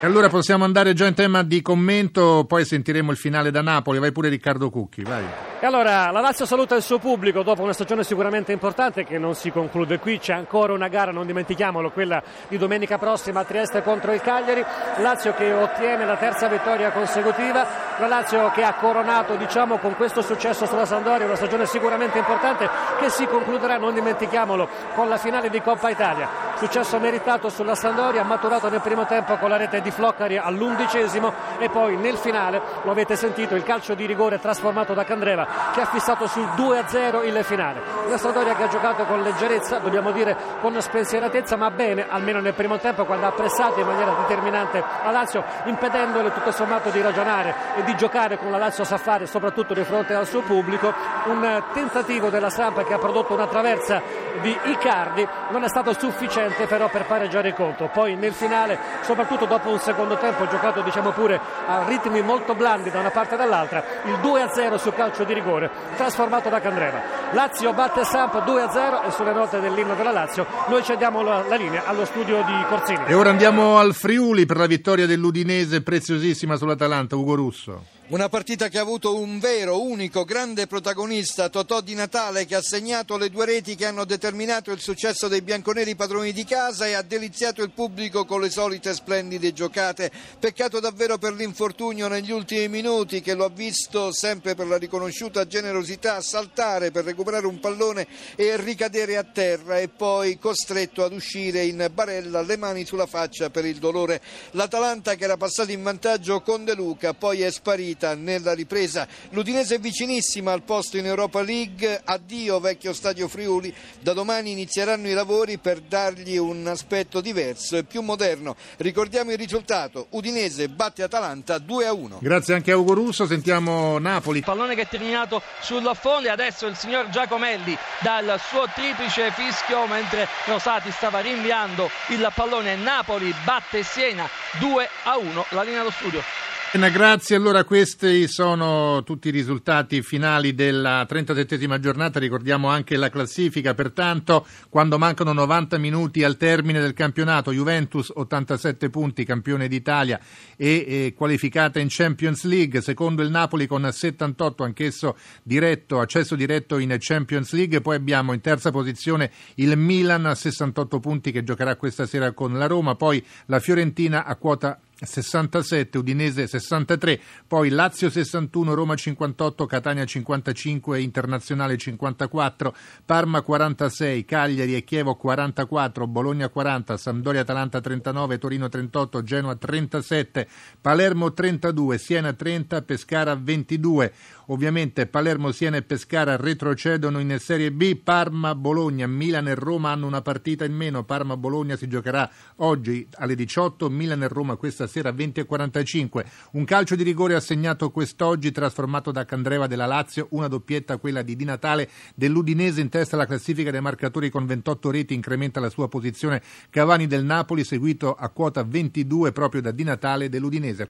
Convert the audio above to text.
E allora possiamo andare già in tema di commento, poi sentiremo il finale da Napoli. Vai pure Riccardo Cucchi, vai. E allora la Lazio saluta il suo pubblico dopo una stagione sicuramente importante che non si conclude qui. C'è ancora una gara, non dimentichiamolo, quella di domenica prossima a Trieste contro il Cagliari. Lazio che ottiene la terza vittoria consecutiva, la Lazio che ha coronato, diciamo, con questo successo sulla Sampdoria una stagione sicuramente importante che si concluderà, non dimentichiamolo, con la finale di Coppa Italia. Successo meritato sulla Sampdoria, maturato nel primo tempo con la rete di Floccari all'11° e poi nel finale, lo avete sentito, il calcio di rigore trasformato da Candreva che ha fissato sul 2-0 il finale. Una Sampdoria che ha giocato con leggerezza, dobbiamo dire con spensieratezza, ma bene, almeno nel primo tempo, quando ha pressato in maniera determinante la Lazio, impedendole tutto sommato di ragionare e di giocare con la Lazio sa fare, soprattutto di fronte al suo pubblico. Un tentativo della Samp che ha prodotto una traversa di Icardi, non è stato sufficiente però per pareggiare il conto. Poi nel finale, soprattutto dopo un secondo tempo giocato, diciamo pure, a ritmi molto blandi da una parte e dall'altra, il 2-0 su calcio di rigore trasformato da Candreva. Lazio batte Samp 2-0 e sulle note dell'inno della Lazio noi cediamo la linea allo studio di Corsini. E ora andiamo al Friuli per la vittoria dell'Udinese preziosissima sull'Atalanta. Ugo Russo. Una partita che ha avuto un vero, unico, grande protagonista, Totò Di Natale, che ha segnato le due reti che hanno determinato il successo dei bianconeri padroni di casa e ha deliziato il pubblico con le solite splendide giocate. Peccato davvero per l'infortunio negli ultimi minuti, che lo ha visto, sempre per la riconosciuta generosità, saltare per recuperare un pallone e ricadere a terra e poi costretto ad uscire in barella, le mani sulla faccia per il dolore. L'Atalanta, che era passata in vantaggio con De Luca, poi è sparita nella ripresa. L'Udinese è vicinissima al posto in Europa League. Addio vecchio stadio Friuli, da domani inizieranno i lavori per dargli un aspetto diverso e più moderno. Ricordiamo il risultato: Udinese batte Atalanta 2-1. Grazie anche a Ugo Russo. Sentiamo Napoli. Pallone che è terminato sul fondo e adesso il signor Giacomelli dal suo triplice fischio mentre Rosati stava rinviando il pallone. Napoli batte Siena 2-1. La linea allo studio. Grazie, allora questi sono tutti i risultati finali della 37esima giornata, ricordiamo anche la classifica. Pertanto, quando mancano 90 minuti al termine del campionato, Juventus 87 punti, campione d'Italia e qualificata in Champions League, secondo il Napoli con 78, anch'esso accesso diretto in Champions League. Poi abbiamo in terza posizione il Milan a 68 punti che giocherà questa sera con la Roma, poi la Fiorentina a quota 67, Udinese 63, poi Lazio 61, Roma 58, Catania 55, Internazionale 54, Parma 46, Cagliari e Chievo 44, Bologna 40, Sampdoria Atalanta 39, Torino 38, Genoa 37, Palermo 32, Siena 30, Pescara 22. Ovviamente Palermo, Siena e Pescara retrocedono in Serie B. Parma, Bologna, Milan e Roma hanno una partita in meno. Parma-Bologna si giocherà oggi alle 18, Milan e Roma questa sera 20:45. Un calcio di rigore assegnato quest'oggi, trasformato da Candreva della Lazio, una doppietta, quella di Di Natale dell'Udinese, in testa alla classifica dei marcatori con 28 reti, incrementa la sua posizione Cavani del Napoli, seguito a quota 22 proprio da Di Natale dell'Udinese.